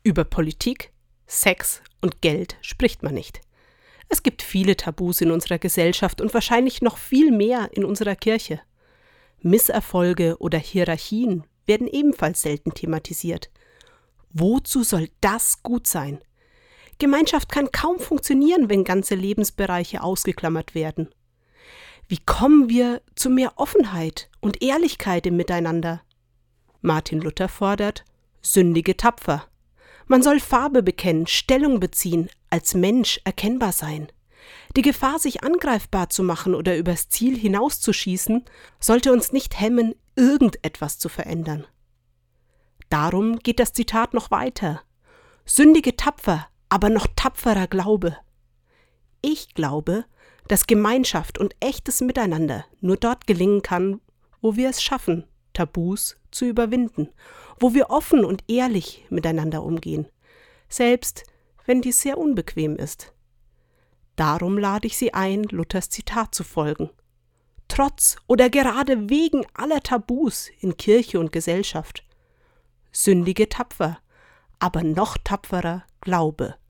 Über Politik, Sex und Geld spricht man nicht. Es gibt viele Tabus in unserer Gesellschaft und wahrscheinlich noch viel mehr in unserer Kirche. Misserfolge oder Hierarchien werden ebenfalls selten thematisiert. Wozu soll das gut sein? Gemeinschaft kann kaum funktionieren, wenn ganze Lebensbereiche ausgeklammert werden. Wie kommen wir zu mehr Offenheit und Ehrlichkeit im Miteinander? Martin Luther fordert: Sündige tapfer. Man soll Farbe bekennen, Stellung beziehen, als Mensch erkennbar sein. Die Gefahr, sich angreifbar zu machen oder übers Ziel hinauszuschießen, sollte uns nicht hemmen, irgendetwas zu verändern. Darum geht das Zitat noch weiter. Sündige tapfer, aber noch tapferer Glaube. Ich glaube, dass Gemeinschaft und echtes Miteinander nur dort gelingen kann, wo wir es schaffen, Tabus zu überwinden, wo wir offen und ehrlich miteinander umgehen, selbst wenn dies sehr unbequem ist. Darum lade ich Sie ein, Luthers Zitat zu folgen. Trotz oder gerade wegen aller Tabus in Kirche und Gesellschaft. Sündige tapfer, aber noch tapferer Glaube.